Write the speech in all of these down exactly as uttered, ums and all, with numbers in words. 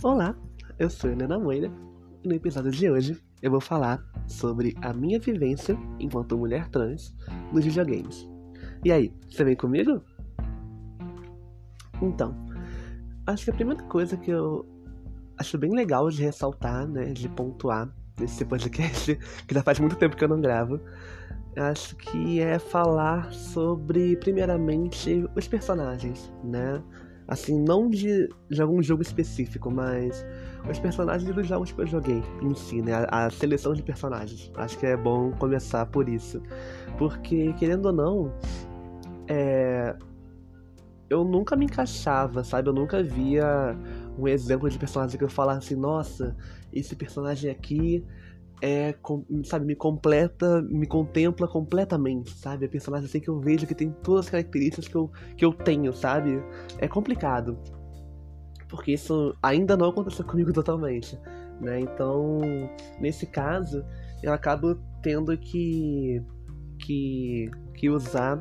Olá, eu sou Helena Moira e no episódio de hoje eu vou falar sobre a minha vivência enquanto mulher trans nos videogames. E aí, você vem comigo? Então, acho que a primeira coisa que eu acho bem legal de ressaltar, né, de pontuar nesse podcast, que já faz muito tempo que eu não gravo, acho que é falar sobre, primeiramente, os personagens, né? Assim, não de, de algum jogo específico, mas os personagens dos jogos que eu joguei em si, né? A, a seleção de personagens. Acho que é bom começar por isso. Porque, querendo ou não, é... eu nunca me encaixava, sabe? Eu nunca via um exemplo de personagem que eu falasse, nossa, esse personagem aqui é, sabe, me completa, me contempla completamente, sabe? É personagem assim que eu vejo que tem todas as características que eu, que eu tenho, sabe? É complicado, porque isso ainda não aconteceu comigo totalmente, né? Então, nesse caso, eu acabo tendo que, que, que usar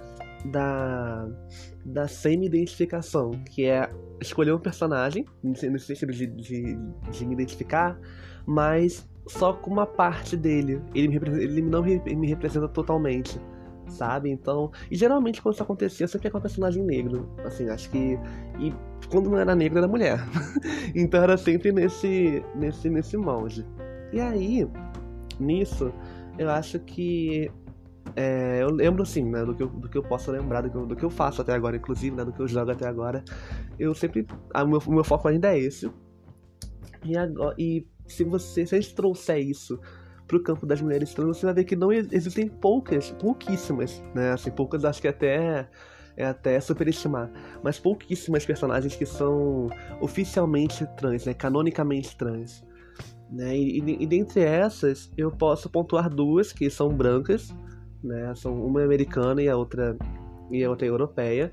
da, da semi-identificação, que é escolher um personagem, no sentido de, de, de me identificar, mas só com uma parte dele. Ele, me, ele não me, me representa totalmente, sabe? Então, e geralmente quando isso acontecia, sempre é com um personagem negro. Assim, acho que. E quando não era negro, era mulher. Então era sempre nesse, nesse, nesse molde. E aí, nisso, eu acho que. É, eu lembro, assim, né, do que eu, do que eu posso lembrar, do que eu, do que eu faço até agora, inclusive, né, do que eu jogo até agora. Eu sempre. O meu, o meu foco ainda é esse. E, agora, e se você se a gente trouxer isso pro campo das mulheres trans, você vai ver que não existem poucas, pouquíssimas, né? Assim, poucas acho que até é até superestimar, mas pouquíssimas personagens que são oficialmente trans, né? Canonicamente trans, né? E, e, e dentre essas, eu posso pontuar duas que são brancas, né? São uma americana e a outra e a outra europeia.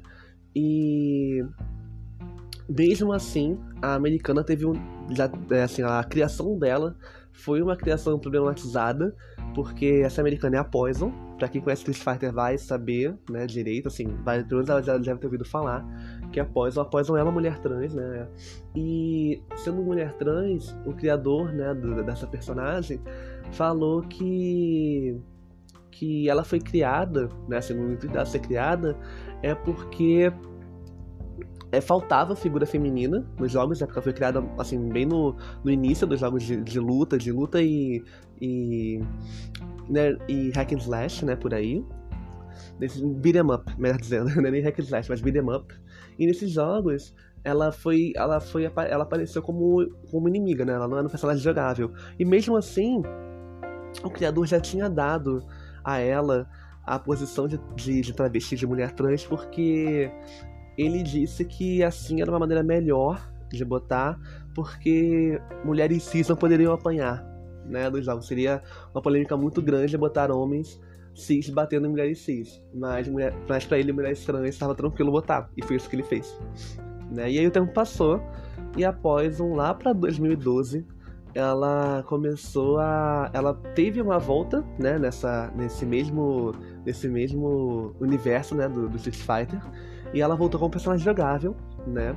E mesmo assim, a americana teve um. Já, assim, a criação dela foi uma criação problematizada, porque essa americana é a Poison. Pra quem conhece Street Fighter vai saber, né, direito, assim, vai, pelo menos ela já deve ter ouvido falar, que a Poison, a Poison é uma mulher trans, né? E sendo mulher trans, o criador, né, do, dessa personagem falou que que ela foi criada, né, assim, no intuito dela ser criada, é porque É, faltava figura feminina nos jogos, né? Porque ela foi criada assim, bem no, no início dos jogos de, de luta, de luta e. e. Né, e hack and slash, né? Por aí. Nesse, beat 'em up, melhor dizendo, não é nem hack and slash, mas beat 'em up. E nesses jogos, ela foi. Ela foi. Ela apareceu como, como inimiga, né? Ela não era um personagem jogável. E mesmo assim, o criador já tinha dado a ela a posição de, de, de travesti, de mulher trans, porque ele disse que assim era uma maneira melhor de botar, porque mulheres cis não poderiam apanhar, né, dos jogos. Seria uma polêmica muito grande botar homens cis batendo em mulheres cis, mas, mulher, mas pra ele mulheres trans estava tranquilo botar, e foi isso que ele fez, né? E aí o tempo passou, e após um lá pra dois mil e doze, ela começou a... ela teve uma volta, né, nessa, nesse mesmo nesse mesmo universo, né, do, do Street Fighter, e ela voltou como personagem jogável, né?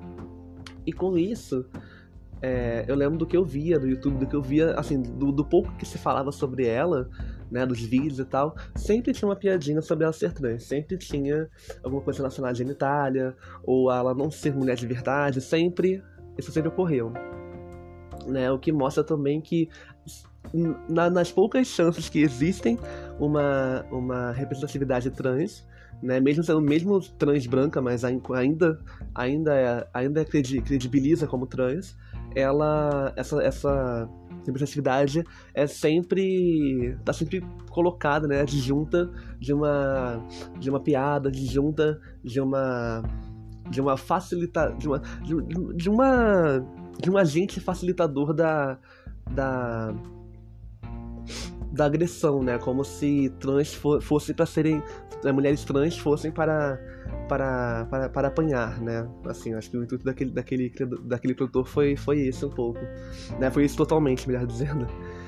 E com isso, é, eu lembro do que eu via no YouTube, do que eu via, assim, do, do pouco que se falava sobre ela, né, dos vídeos e tal, sempre tinha uma piadinha sobre ela ser trans, sempre tinha alguma coisa relacionada à genitália, ou ela não ser mulher de verdade, sempre, isso sempre ocorreu, né? O que mostra também que na, nas poucas chances que existem uma, uma representatividade trans, né, mesmo sendo mesmo trans branca, mas ainda ainda é, ainda é credibiliza como trans, ela essa essa representatividade é sempre tá sempre colocada, né, adjunta de uma de uma piada, adjunta de uma de uma facilita de uma de, de uma de um agente facilitador da da da agressão, né? Como se trans fo- fossem para serem... mulheres trans fossem para, para, para, para apanhar, né? Assim, acho que o intuito daquele, daquele, daquele produtor foi, foi esse um pouco. Né? Foi isso totalmente, melhor dizendo.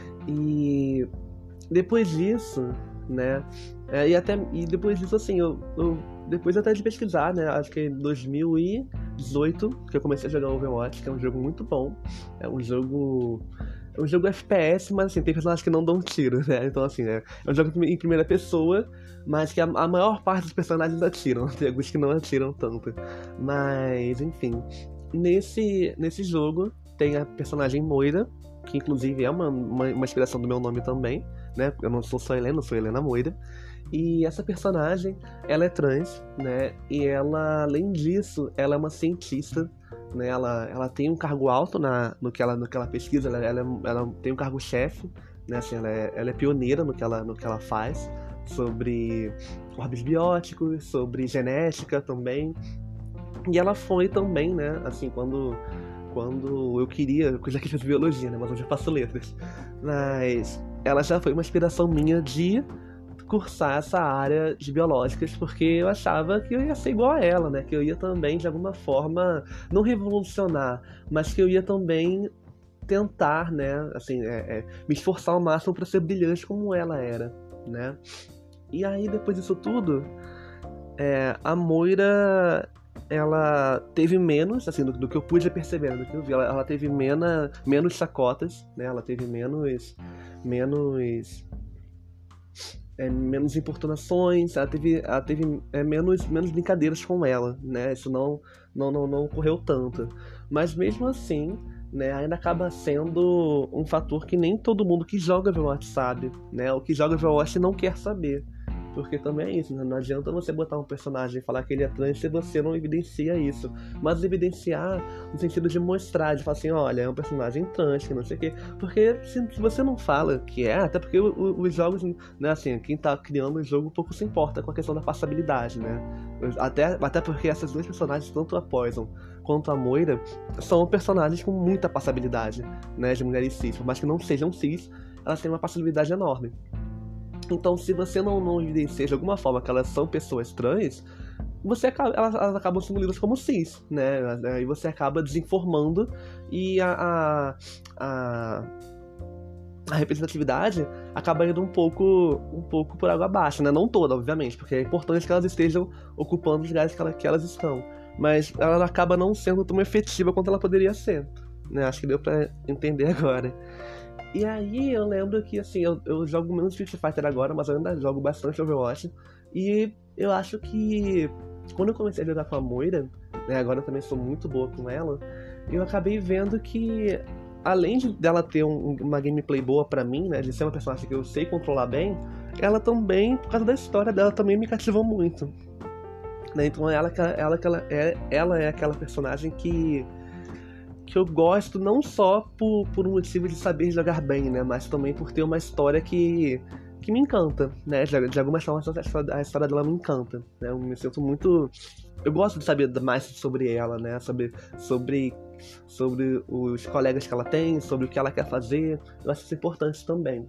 E depois disso, né? É, e, até, e depois disso, assim, eu, eu depois até de pesquisar, né? Acho que em dois mil e dezoito que eu comecei a jogar Overwatch, que é um jogo muito bom. É um jogo... É um jogo F P S, mas assim, tem personagens que não dão tiro, né? Então assim, é, é um jogo em primeira pessoa, mas que a, a maior parte dos personagens atiram. Tem alguns que não atiram tanto. Mas, enfim. Nesse, nesse jogo tem a personagem Moira, que inclusive é uma, uma, uma inspiração do meu nome também, né? Eu não sou só Helena, eu sou Helena Moira. E essa personagem, ela é trans, né? E ela, além disso, ela é uma cientista, né? Ela, ela tem um cargo alto na, no, que ela, no que ela pesquisa, ela, ela, ela tem um cargo-chefe, né? Assim, ela, é, ela é pioneira no que ela, no que ela faz, sobre orbes bióticos, sobre genética também. E ela foi também, né? Assim, quando... Quando eu queria, eu já queria fazer biologia, né? Mas hoje eu faço letras. Mas ela já foi uma inspiração minha de cursar essa área de biológicas, porque eu achava que eu ia ser igual a ela, né? Que eu ia também, de alguma forma, não revolucionar, mas que eu ia também tentar, né? Assim, é, é, me esforçar ao máximo para ser brilhante como ela era, né? E aí, depois disso tudo, é, a Moira... ela teve menos, assim, do, do que eu pude perceber, do que eu vi, ela, ela teve mena, menos chacotas, né, ela teve menos, menos, é, menos importunações, ela teve, ela teve é, menos, menos brincadeiras com ela, né, isso não, não, não, não ocorreu tanto, mas mesmo assim, né, ainda acaba sendo um fator que nem todo mundo que joga Overwatch sabe, né, o que joga Overwatch não quer saber. Porque também é isso, né? Não adianta você botar um personagem e falar que ele é trans se você não evidencia isso. Mas evidenciar no sentido de mostrar, de falar assim, olha, é um personagem trans, que não sei o quê. Porque se, se você não fala que é, até porque o, o, os jogos, né, assim, quem tá criando o jogo pouco se importa com a questão da passabilidade, né? Até, até porque essas duas personagens, tanto a Poison quanto a Moira, são personagens com muita passabilidade, né, de mulheres cis. Por mais que não sejam cis, elas têm uma passabilidade enorme. Então, se você não, não evidencia de alguma forma que elas são pessoas trans, você acaba, elas, elas acabam sendo lidas como cis, né? Aí você acaba desinformando e a, a, a, a representatividade acaba indo um pouco, um pouco por água abaixo, né? Não toda, obviamente, porque é importante que elas estejam ocupando os lugares que, ela, que elas estão. Mas ela acaba não sendo tão efetiva quanto ela poderia ser, né? Acho que deu pra entender agora. E aí eu lembro que, assim, eu, eu jogo menos Street Fighter agora, mas eu ainda jogo bastante Overwatch. E eu acho que quando eu comecei a jogar com a Moira, né, agora eu também sou muito boa com ela, eu acabei vendo que, além de dela ter um, uma gameplay boa pra mim, né, de ser uma personagem que eu sei controlar bem, ela também, por causa da história dela, também me cativou muito. Né, então ela, ela, ela, é, ela é aquela personagem que... que eu gosto não só por, por um motivo de saber jogar bem, né, mas também por ter uma história que, que me encanta, né, de, de algumas formas a história, a história dela me encanta, né, eu me sinto muito... Eu gosto de saber mais sobre ela, né, sobre, sobre, sobre os colegas que ela tem, sobre o que ela quer fazer, eu acho isso importante também.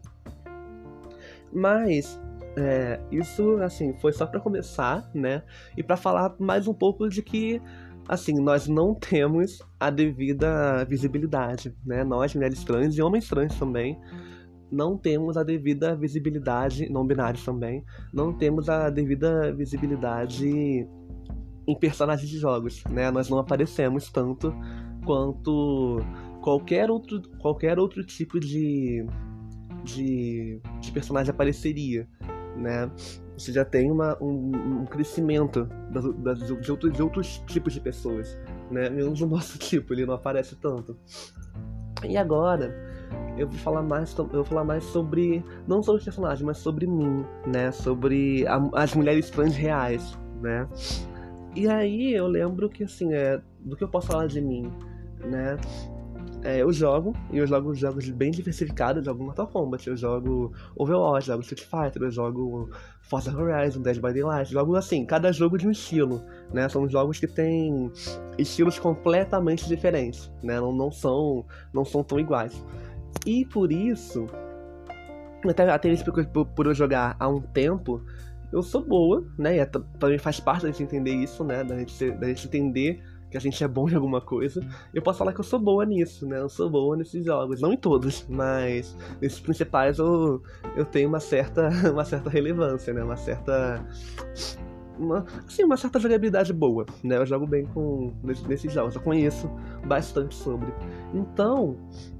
Mas... É, isso, assim, foi só pra começar, né, e pra falar mais um pouco de que, assim, nós não temos a devida visibilidade, né? Nós, mulheres trans e homens trans também, não temos a devida visibilidade, não binários também, não temos a devida visibilidade em personagens de jogos, né? Nós não aparecemos tanto quanto qualquer outro, qualquer outro tipo de, de, de personagem apareceria, né? Você já tem uma, um, um crescimento das, das, de, outros, de outros tipos de pessoas, né? Menos o nosso tipo, ele não aparece tanto. E agora, eu vou falar mais, eu vou falar mais sobre, não sobre os personagens, mas sobre mim, né? Sobre a, as mulheres trans reais, né? E aí eu lembro que, assim, é, do que eu posso falar de mim, né? É, eu jogo, e eu jogo jogos bem diversificados, eu jogo Mortal Kombat, eu jogo Overwatch, eu jogo Street Fighter, eu jogo Forza Horizon, Dead by Daylight, jogo assim, cada jogo de um estilo, né, são jogos que têm estilos completamente diferentes, né, não, não, são, não são tão iguais. E por isso, até, até isso por, por eu jogar há um tempo, eu sou boa, né, e também faz parte da gente entender isso, né, da gente, ser, da gente entender que a gente é bom em alguma coisa, eu posso falar que eu sou boa nisso, né? Eu sou boa nesses jogos, não em todos, mas nesses principais eu, eu tenho uma certa, uma certa relevância, né? Uma certa, uma, assim, uma certa jogabilidade boa, né? Eu jogo bem com nesses jogos, eu conheço bastante sobre. Então,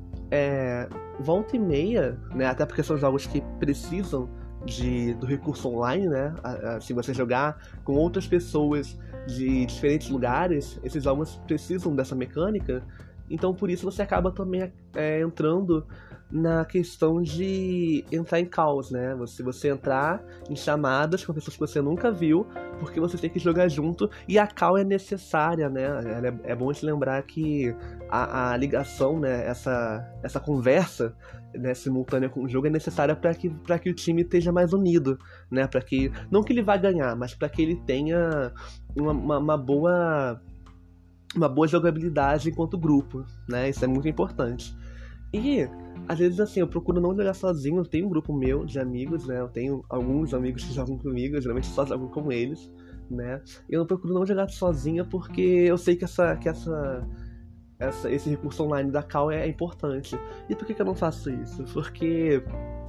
é, volta e meia, né? Até porque são jogos que precisam de, do recurso online, né? Se você jogar com outras pessoas de diferentes lugares, esses jogos precisam dessa mecânica. Então, por isso você acaba também é, entrando na questão de entrar em calls, né? Você, você entrar em chamadas com pessoas que você nunca viu, porque você tem que jogar junto, e a call é necessária, né? É, é bom te lembrar que a, a ligação, né? Essa, essa conversa, né, simultânea com o jogo é necessária para que, para que o time esteja mais unido, né? Para que, não que ele vá ganhar, mas para que ele tenha uma, uma, uma boa uma boa jogabilidade enquanto grupo, né? Isso é muito importante. E, às vezes, assim, eu procuro não jogar sozinho. Eu tenho um grupo meu de amigos, né? Eu tenho alguns amigos que jogam comigo, eu geralmente só jogo com eles, né? E eu procuro não jogar sozinha porque eu sei que essa... Que essa Essa, esse recurso online da call é importante. E por que, que eu não faço isso? Porque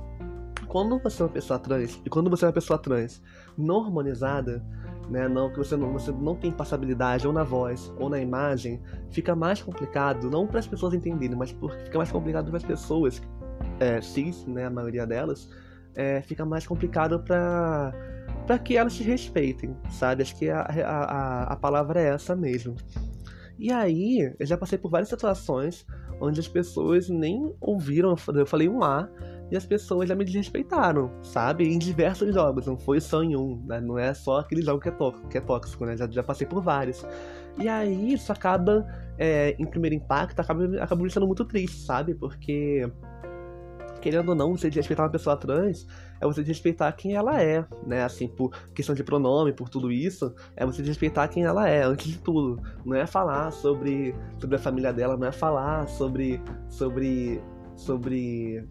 quando você é uma pessoa trans, e quando você é uma pessoa trans não harmonizada, né, não, que você não, você não tem passabilidade ou na voz ou na imagem, fica mais complicado, não para as pessoas entenderem, mas porque fica mais complicado para as pessoas é, cis, né, a maioria delas, é, fica mais complicado para para que elas te respeitem, sabe? Acho que a, a, a palavra é essa mesmo. E aí, eu já passei por várias situações onde as pessoas nem ouviram, eu falei um A, e as pessoas já me desrespeitaram, sabe? Em diversos jogos, não foi só em um, né? Não é só aquele jogo que é, tó- que é tóxico, né? Já, já passei por vários. E aí, isso acaba, é, em primeiro impacto, acaba, acaba me deixando muito triste, sabe? Porque, querendo ou não, você desrespeitar uma pessoa trans é você desrespeitar quem ela é, né? Assim, por questão de pronome, por tudo isso, é você desrespeitar quem ela é, antes de tudo. Não é falar sobre, sobre a família dela, não é falar sobre, sobre, sobre,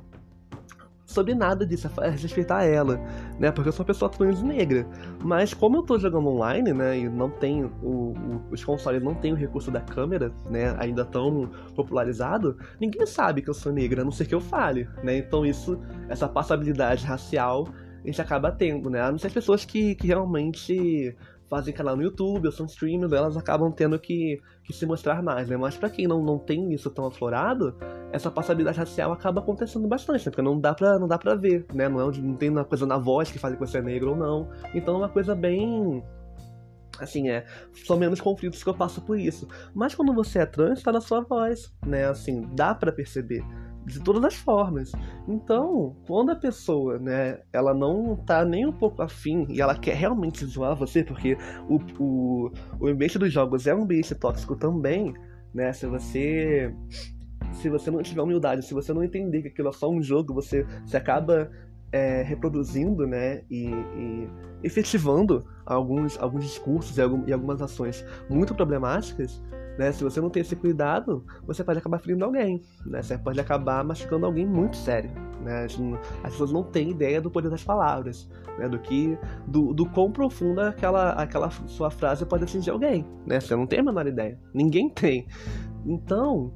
sobre nada disso, é respeitar ela, né? Porque eu sou uma pessoa trans e negra. Mas como eu tô jogando online, né, e não tenho o, o, os consoles não tem o recurso da câmera, né, ainda tão popularizado, ninguém sabe que eu sou negra, a não ser que eu fale, né? Então isso, essa passabilidade racial, a gente acaba tendo, né? A não ser as pessoas que, que realmente fazem canal no YouTube ou são streamers, elas acabam tendo que, que se mostrar mais, né? Mas pra quem não, não tem isso tão aflorado, essa passabilidade racial acaba acontecendo bastante, né? Porque não dá pra, não dá pra ver, né? Não, é, não tem uma coisa na voz que fala que você é negro ou não. Então é uma coisa bem... Assim, é, são menos conflitos que eu passo por isso. Mas quando você é trans, tá na sua voz, né? Assim, dá pra perceber. De todas as formas. Então, quando a pessoa, né, ela não tá nem um pouco afim e ela quer realmente zoar você, porque o, o, o ambiente dos jogos é um ambiente tóxico também, né? Se você se você não tiver humildade, se você não entender que aquilo é só um jogo, você, você acaba é, reproduzindo, né, e, e efetivando alguns, alguns discursos e, algum, e algumas ações muito problemáticas, né? Se você não tem esse cuidado, você pode acabar ferindo alguém, né? Você pode acabar machucando alguém muito sério, né? As, as pessoas não têm ideia do poder das palavras, né? Do que, do, do quão profunda aquela, aquela sua frase pode atingir alguém, né? Você não tem a menor ideia, ninguém tem. Então,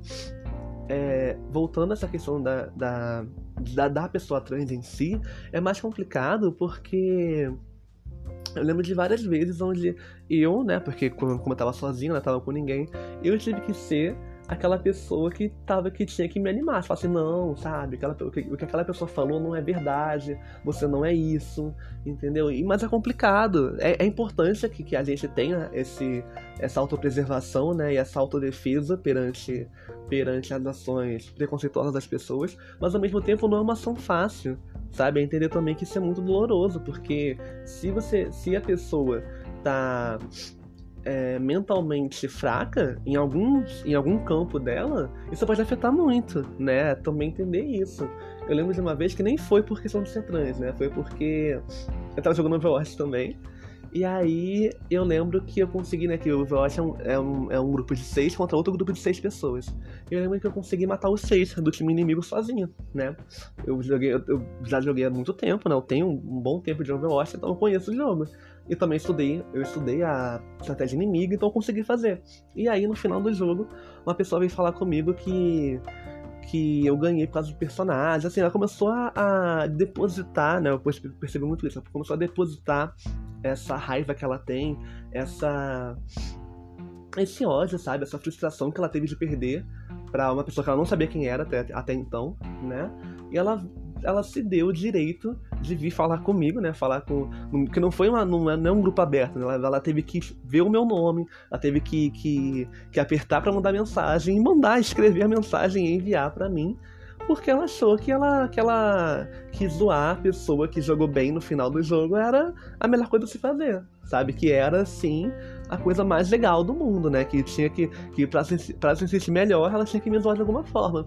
é, voltando a essa questão da, da, da, da pessoa trans em si, é mais complicado porque eu lembro de várias vezes onde eu, né, porque como eu tava sozinho, não tava com ninguém, eu tive que ser aquela pessoa que tava, que tinha que me animar, falar assim, não, sabe, aquela, o, que, o que aquela pessoa falou não é verdade, você não é isso, entendeu? E, mas é complicado, é, é importante que, que a gente tenha esse, essa autopreservação, né, e essa autodefesa perante, perante as ações preconceituosas das pessoas, mas ao mesmo tempo não é uma ação fácil, sabe? É entender também que isso é muito doloroso, porque se você, se a pessoa tá é, mentalmente fraca em alguns, em algum campo dela, isso pode afetar muito, né? Também entender isso. Eu lembro de uma vez que nem foi por questão de ser trans, né? Foi porque eu tava jogando Overwatch também. E aí eu lembro que eu consegui, né, que o Overwatch é um, é, um, é um grupo de seis contra outro grupo de seis pessoas. E eu lembro que eu consegui matar os seis do time inimigo sozinho, né? Eu, joguei, eu, eu já joguei há muito tempo, né? Eu tenho um bom tempo de Overwatch, então eu conheço o jogo. E também estudei, eu estudei a estratégia inimiga, então eu consegui fazer. E aí no final do jogo, uma pessoa veio falar comigo que... que eu ganhei por causa do personagem, assim, ela começou a, a depositar, né, eu percebi muito isso, ela começou a depositar essa raiva que ela tem, essa esse ódio, sabe? Essa frustração que ela teve de perder pra uma pessoa que ela não sabia quem era até, até então, né? E ela, ela se deu o direito de vir falar comigo, né? Falar com... Que não foi uma, não é, não é um grupo aberto, né? Ela, ela teve que ver o meu nome, ela teve que, que, que apertar pra mandar mensagem, e mandar, escrever a mensagem e enviar pra mim, porque ela achou que ela, que ela quis zoar a pessoa que jogou bem no final do jogo era a melhor coisa a se fazer, sabe? Que era, sim, a coisa mais legal do mundo, né? Que tinha que, que pra, se, pra se sentir melhor, ela tinha que me zoar de alguma forma.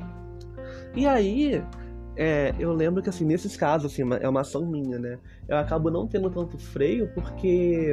E aí, é, eu lembro que, assim, nesses casos, assim, é uma ação minha, né? Eu acabo não tendo tanto freio porque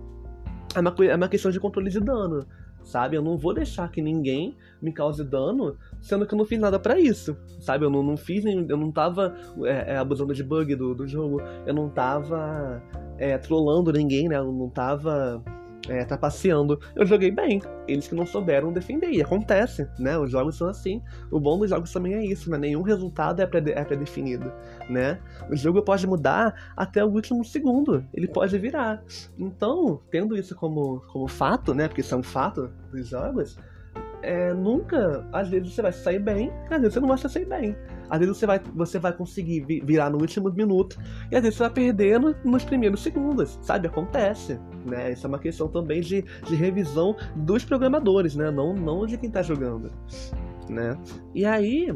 é uma, é uma questão de controle de dano, sabe? Eu não vou deixar que ninguém me cause dano, sendo que eu não fiz nada pra isso, sabe? Eu não, não fiz nem... Eu não tava é, é, abusando de bug do, do jogo, eu não tava é, trollando ninguém, né? Eu não tava é, trapaceando. Eu joguei bem. Eles que não souberam defender. E acontece, né? Os jogos são assim. O bom dos jogos também é isso, né? Nenhum resultado é pré- é pré-definido, né? O jogo pode mudar até o último segundo. Ele pode virar. Então, tendo isso como, como fato, né? Porque isso é um fato dos jogos... É, nunca, às vezes você vai sair bem, às vezes você não vai se sair bem. Às vezes você vai, você vai conseguir vi- virar no último minuto, e às vezes você vai perder no, nos primeiros segundos, sabe? Acontece, né? Isso é uma questão também de, de revisão dos programadores, né? Não, não de quem tá jogando, né? E aí...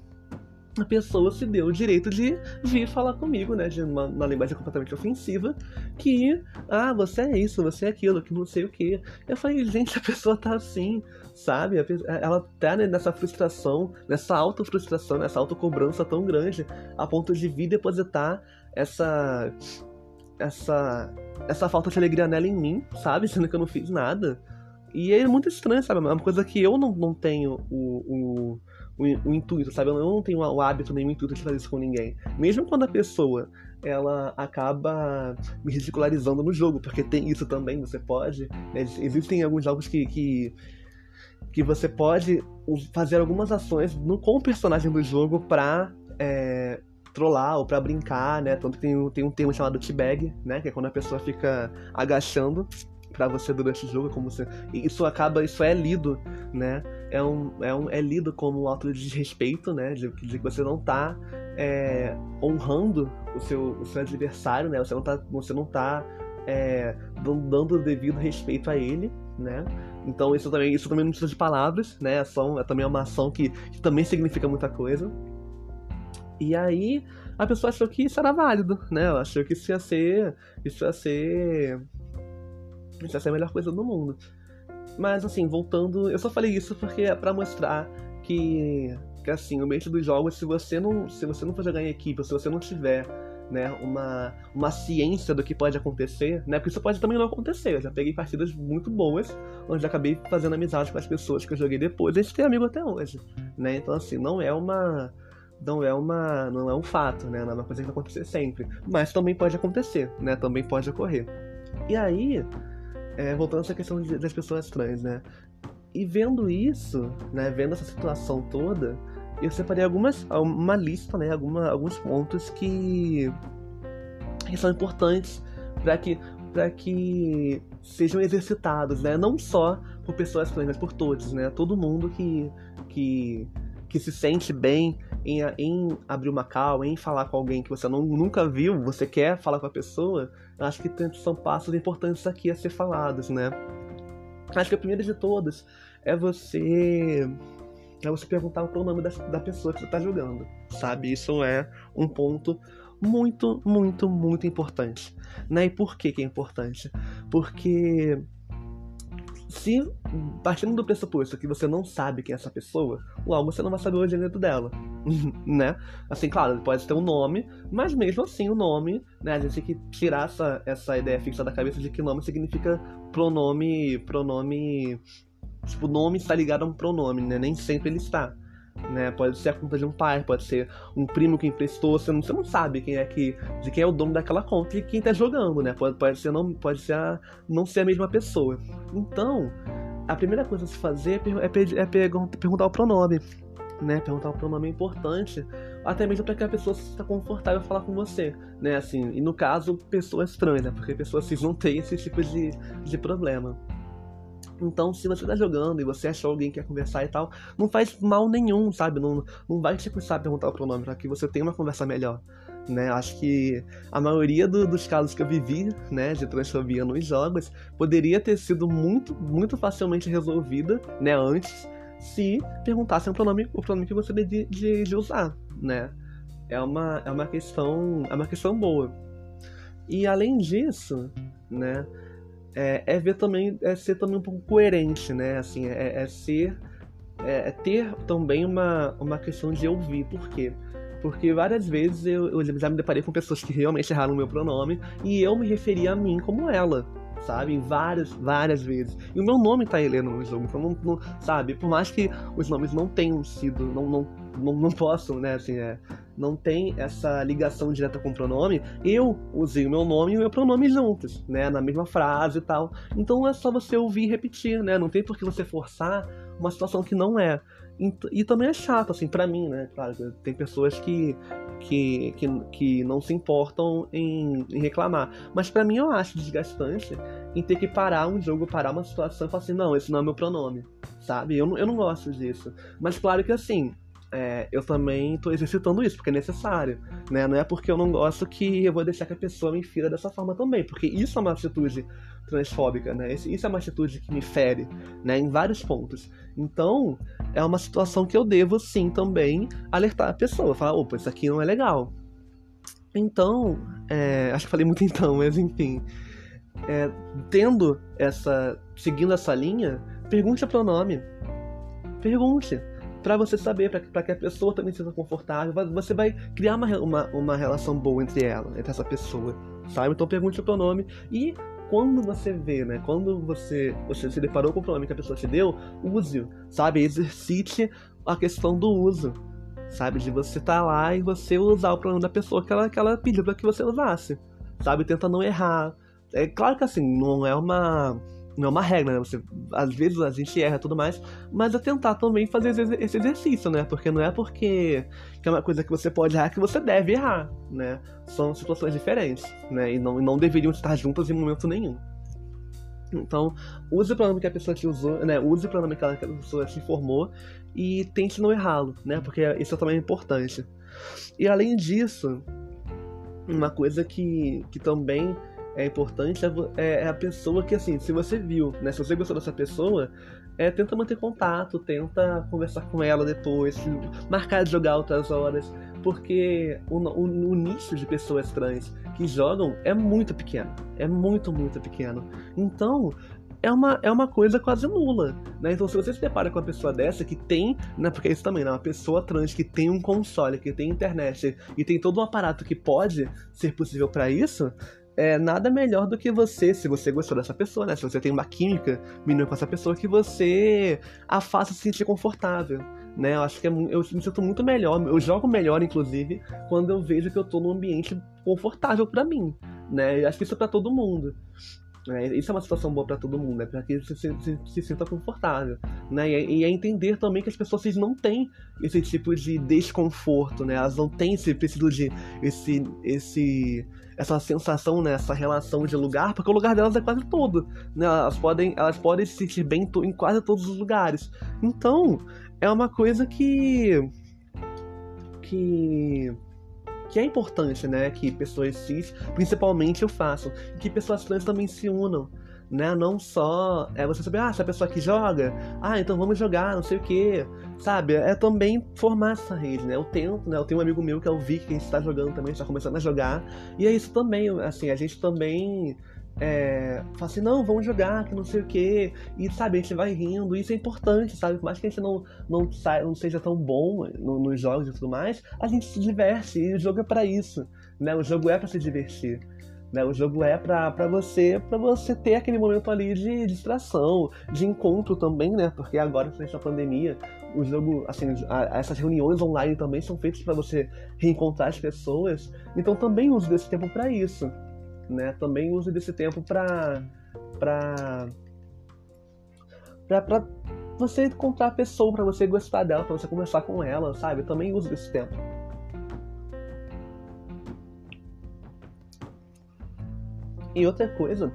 a pessoa se deu o direito de vir falar comigo, né, de uma, uma linguagem completamente ofensiva, que, ah, você é isso, você é aquilo, que não sei o que. Eu falei, gente, a pessoa tá assim, sabe? A pe- Ela tá né, nessa frustração, nessa auto-frustração, nessa auto-cobrança tão grande, a ponto de vir depositar essa, essa, essa falta de alegria nela em mim, sabe? Sendo que eu não fiz nada. E é muito estranho, sabe? É uma coisa que eu não, não tenho o... o O, o intuito, sabe? Eu não tenho o hábito nem o intuito de fazer isso com ninguém. Mesmo quando a pessoa, ela acaba me ridicularizando no jogo, porque tem isso também, você pode... Né? Existem alguns jogos que, que, que você pode fazer algumas ações no, com o personagem do jogo pra é, trollar ou pra brincar, né? Tanto que tem, tem um termo chamado teabag, né? Que é quando a pessoa fica agachando pra você durante o jogo, como você... E isso acaba, isso é lido, né? É, um, é, um, é lido como um ato de desrespeito, né? De, de que você não tá é, honrando o seu, o seu adversário, né? Você não tá, você não tá é, dando o devido respeito a ele, né? Então isso também, isso também não precisa de palavras, né? É, só, é também uma ação que, que também significa muita coisa. E aí a pessoa achou que isso era válido, né? Ela achou que isso ia ser... Isso ia ser... Isso ia ser a melhor coisa do mundo. Mas assim, voltando... Eu só falei isso porque é pra mostrar que... Que assim, no meio dos jogos, se você não, se você não for jogar em equipe, ou se você não tiver, né, uma, uma ciência do que pode acontecer, né? Porque isso pode também não acontecer. Eu já peguei partidas muito boas, onde acabei fazendo amizade com as pessoas que eu joguei depois, e a gente tem amigo até hoje, né? Então assim, não é uma... Não é uma... Não é um fato, né? Não é uma coisa que vai acontecer sempre. Mas também pode acontecer, né? Também pode ocorrer. E aí... É, voltando a essa questão de, das pessoas trans, né? E vendo isso, né? Vendo essa situação toda, eu separei algumas, uma lista, né? Alguma, alguns pontos que, que são importantes para que, para que sejam exercitados, né? Não só por pessoas trans, mas por todos, né? Todo mundo que, que, que se sente bem em, em abrir uma call, em falar com alguém que você não, nunca viu, você quer falar com a pessoa, eu acho que tem, são passos importantes aqui a ser falados, né? Acho que a primeira de todas é você é você perguntar o pronome da, da pessoa que você tá jogando, sabe? Isso é um ponto muito, muito, muito importante, né? E por que que é importante? Porque se, partindo do pressuposto que você não sabe quem é essa pessoa, logo você não vai saber o gênero dela, né? Assim, claro, ele pode ter um nome, mas mesmo assim o nome, né? A gente tem que tirar essa, essa ideia fixa da cabeça de que nome significa pronome, pronome... Tipo, o nome está ligado a um pronome, né? Nem sempre ele está, né? Pode ser a conta de um pai, pode ser um primo que emprestou, você não, você não sabe quem é que, de quem é o dono daquela conta e quem tá jogando, né? Pode, pode, ser, não, pode ser a, não ser a mesma pessoa. Então, a primeira coisa a se fazer é, per, é, per, é perguntar o pronome, né? Perguntar o pronome é importante, até mesmo para que a pessoa se sinta confortável falar com você, né? Assim, e no caso, pessoas trans, né? Porque pessoas cis não têm esse tipo de, de problema. Então, se você tá jogando e você achou alguém que quer conversar e tal, não faz mal nenhum, sabe? Não, não vai te custar perguntar o pronome para que você tenha uma conversa melhor, né? Acho que a maioria do, dos casos que eu vivi, né, de transfobia nos jogos, poderia ter sido muito, muito facilmente resolvida, né, antes, se perguntassem o pronome, o pronome que você de, de, de usar, né? É uma, é uma questão, é uma questão boa. E além disso, né, É, é ver também, é ser também um pouco coerente, né? Assim, é, é ser, é, é ter também uma, uma questão de ouvir. Por quê? Porque várias vezes eu, eu já me deparei com pessoas que realmente erraram o meu pronome e eu me referia a mim como ela, sabe? Várias, várias vezes. E o meu nome tá Helena no jogo, então não, não, sabe? Por mais que os nomes não tenham sido, não, não, não, não possam, né? Assim, é, não tem essa ligação direta com o pronome, eu usei o meu nome e o meu pronome juntos, né? Na mesma frase e tal. Então é só você ouvir e repetir, né? Não tem por que você forçar uma situação que não é. E também é chato, assim, pra mim, né? Claro, tem pessoas que, que, que, que não se importam em, em reclamar. Mas pra mim eu acho desgastante em ter que parar um jogo, parar uma situação e falar assim, não, esse não é meu pronome, sabe? Eu não, eu não gosto disso. Mas claro que assim, é, eu também tô exercitando isso, porque é necessário, né? Não é porque eu não gosto que eu vou deixar que a pessoa me fira dessa forma também, porque isso é uma atitude transfóbica, né? Isso é uma atitude que me fere, né? Em vários pontos. Então, é uma situação que eu devo, sim, também alertar a pessoa, falar, opa, isso aqui não é legal. Então, é, acho que falei muito então, mas enfim, é, tendo essa, seguindo essa linha, pergunte o pronome, pergunte, pra você saber, pra, pra que a pessoa também se sinta confortável, você vai criar uma, uma, uma relação boa entre ela, entre essa pessoa, sabe? Então pergunte o pronome e quando você vê, né, quando você, você se deparou com o pronome que a pessoa te deu, use-o, sabe? Exercite a questão do uso, sabe? De você estar lá e você usar o pronome da pessoa que ela, que ela pediu pra que você usasse, sabe? Tenta não errar. É claro que assim, não é uma... não é uma regra, né? Você, às vezes a gente erra e tudo mais, mas é tentar também fazer esse exercício, né? Porque não é porque que é uma coisa que você pode errar que você deve errar, né? São situações diferentes, né? E não, não deveriam estar juntas em momento nenhum. Então, use o pronome que a pessoa te usou, né? Use o pronome que a pessoa te informou e tente não errá-lo, né? Porque isso também é importante. E além disso, uma coisa que, que também é importante é, é a pessoa que, assim, se você viu, né, se você gostou dessa pessoa, é, tenta manter contato, tenta conversar com ela depois, marcar de jogar outras horas, porque o, o, o nicho de pessoas trans que jogam é muito pequeno, é muito, muito pequeno. Então, é uma, é uma coisa quase nula, né? Então, se você se depara com uma pessoa dessa que tem, né? Porque isso também, né? Uma pessoa trans que tem um console, que tem internet e tem todo um aparato que pode ser possível para isso, é nada melhor do que você, se você gostou dessa pessoa, né? Se você tem uma química mínima com essa pessoa, que você a faça se sentir confortável, né? Eu acho que é, eu me sinto muito melhor, eu jogo melhor, inclusive, quando eu vejo que eu tô num ambiente confortável para mim, né? Eu acho que isso é pra todo mundo. É, isso é uma situação boa pra todo mundo, né? Pra que você se, se, se sinta confortável, né? E, e é entender também que as pessoas não têm esse tipo de desconforto, né? Elas não têm esse preciso de esse, esse, essa sensação, né? Essa relação de lugar, porque o lugar delas é quase todo, né? Elas podem, elas podem se sentir bem to, em quase todos os lugares. Então, é uma coisa que que que é importante, né, que pessoas cis, principalmente, o façam, que pessoas trans também se unam, né, não só é você saber, ah, essa pessoa aqui joga, ah, então vamos jogar, não sei o que, sabe, é também formar essa rede, né, eu tento, né, eu tenho um amigo meu que é o Vic, que a gente tá jogando também, está começando a jogar, e é isso também, assim, a gente também é, fala assim, não, vamos jogar, que não sei o que, e sabe, a gente vai rindo, e isso é importante, sabe, por mais que a gente não, não, sa- não seja tão bom no- nos jogos e tudo mais, a gente se diverte, e o jogo é pra isso, né, o jogo é pra se divertir, né, o jogo é pra, pra você, pra você ter aquele momento ali de distração, de encontro também, né, porque agora, durante a pandemia, o jogo, assim, a- essas reuniões online também são feitas pra você reencontrar as pessoas, então também uso desse tempo pra isso, né? Também use desse tempo para para para você encontrar a pessoa, pra você gostar dela, pra você conversar com ela, sabe? Também use esse tempo. E outra coisa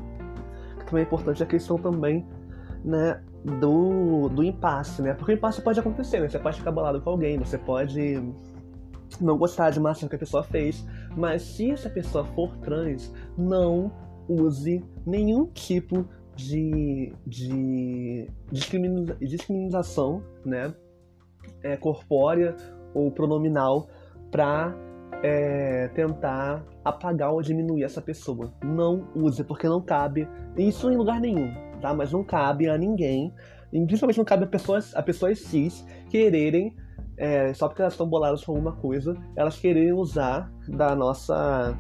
que também é importante é a questão também, né, do, do impasse, né? Porque o impasse pode acontecer, né? Você pode ficar bolado com alguém, você pode não gostar de uma ação que a pessoa fez, mas se essa pessoa for trans, não use nenhum tipo de, de discrimina- discriminação, né, é, corpórea ou pronominal pra é, tentar apagar ou diminuir essa pessoa. Não use, porque não cabe isso em lugar nenhum, tá? Mas não cabe a ninguém, e principalmente não cabe a pessoas, a pessoas cis quererem, é, só porque elas estão boladas com alguma coisa, elas quererem usar da nossa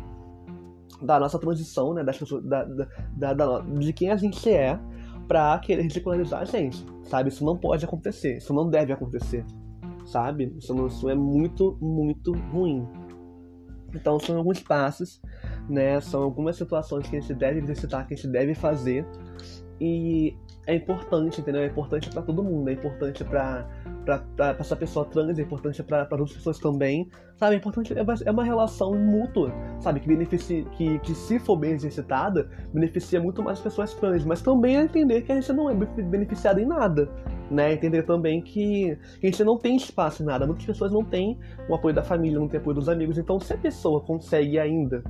da nossa transição, né, das pessoas, da, da, da, da- de quem a gente é, pra querer ridicularizar a gente, sabe? Isso não pode acontecer, isso não deve acontecer, sabe? Isso, não- isso é muito, muito ruim. Então são alguns passos, né? São algumas situações que a gente deve exercitar, que a gente deve fazer. E é importante, entendeu? É importante pra todo mundo, é importante pra, pra, pra, pra essa pessoa trans, é importante pra, pra outras pessoas também, sabe? É importante, é uma, é uma relação mútua, sabe? Que beneficia, que, que se for bem exercitada, beneficia muito mais as pessoas trans, mas também é entender que a gente não é beneficiado em nada, né? Entender também que, que a gente não tem espaço em nada, muitas pessoas não têm o apoio da família, não têm o apoio dos amigos, então se a pessoa consegue ainda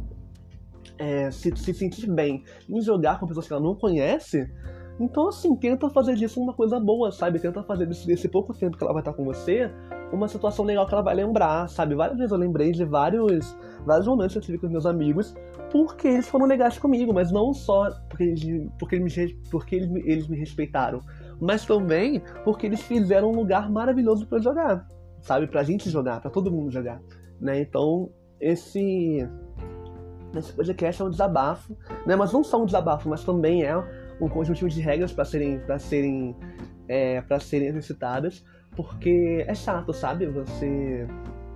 é, se, se sentir bem em jogar com pessoas que ela não conhece, então assim, tenta fazer disso uma coisa boa, sabe? Tenta fazer disso, desse pouco tempo que ela vai estar com você, uma situação legal que ela vai lembrar, sabe? Várias vezes eu lembrei de vários, vários momentos que eu tive com os meus amigos, porque eles foram legais comigo, mas não só porque eles, porque eles, me, porque eles, me, eles me respeitaram, mas também porque eles fizeram um lugar maravilhoso pra eu jogar, sabe? Pra gente jogar, pra todo mundo jogar, né? Então, esse... Esse podcast é um desabafo, né? Mas não só um desabafo, mas também é um conjunto de regras para serem, para serem, é, para serem exercitadas, porque é chato, sabe? Você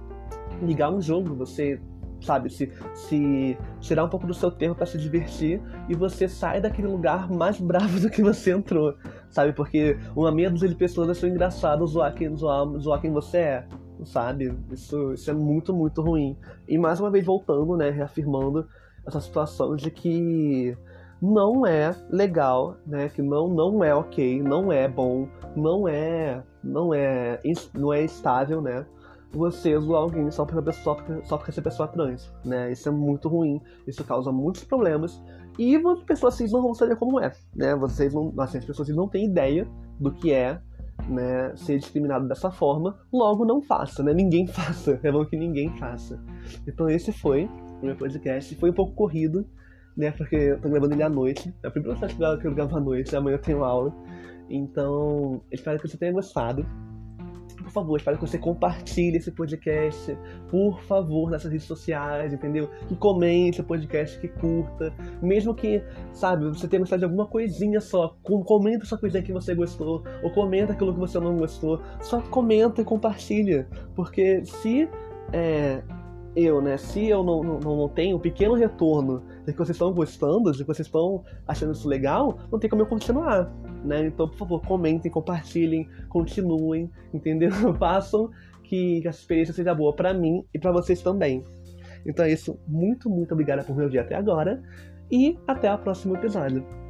ligar um jogo, você, sabe, se, se tirar um pouco do seu tempo para se divertir e você sai daquele lugar mais bravo do que você entrou, sabe? Porque uma meia dúzia de pessoas achou engraçado zoar quem, zoar, zoar quem você é, sabe? Isso, isso é muito, muito ruim. E mais uma vez voltando, né, reafirmando essa situação de que não é legal, né, que não, não é ok, não é bom, não é, não é, não é estável, né, você zoar alguém só porque, só porque, só porque essa pessoa é trans, né, isso é muito ruim, isso causa muitos problemas, e as pessoas cis não vão saber como é, né, vocês não, assim, as pessoas cis não têm ideia do que é, né, ser discriminado dessa forma, logo não faça, né? Ninguém faça, é bom que ninguém faça. Então esse foi o meu podcast, foi um pouco corrido, né, porque eu tô gravando ele à noite, é a primeira vez que eu gravo à noite, amanhã eu tenho aula, então espero que você tenha gostado. Por favor, espero que você compartilhe esse podcast, por favor, nessas redes sociais, entendeu? Que comente o podcast, que curta. Mesmo que, sabe, você tenha gostado de alguma coisinha só, comenta essa coisinha que você gostou, ou comenta aquilo que você não gostou. Só comenta e compartilha. Porque se é, eu, né, se eu não, não, não tenho um pequeno retorno de que vocês estão gostando, de que vocês estão achando isso legal, não tem como eu continuar, né? Então, por favor, comentem, compartilhem, continuem, entendeu? Façam que, que essa experiência seja boa pra mim e pra vocês também. Então é isso, muito, muito obrigada por me ouvir até agora e até o próximo episódio.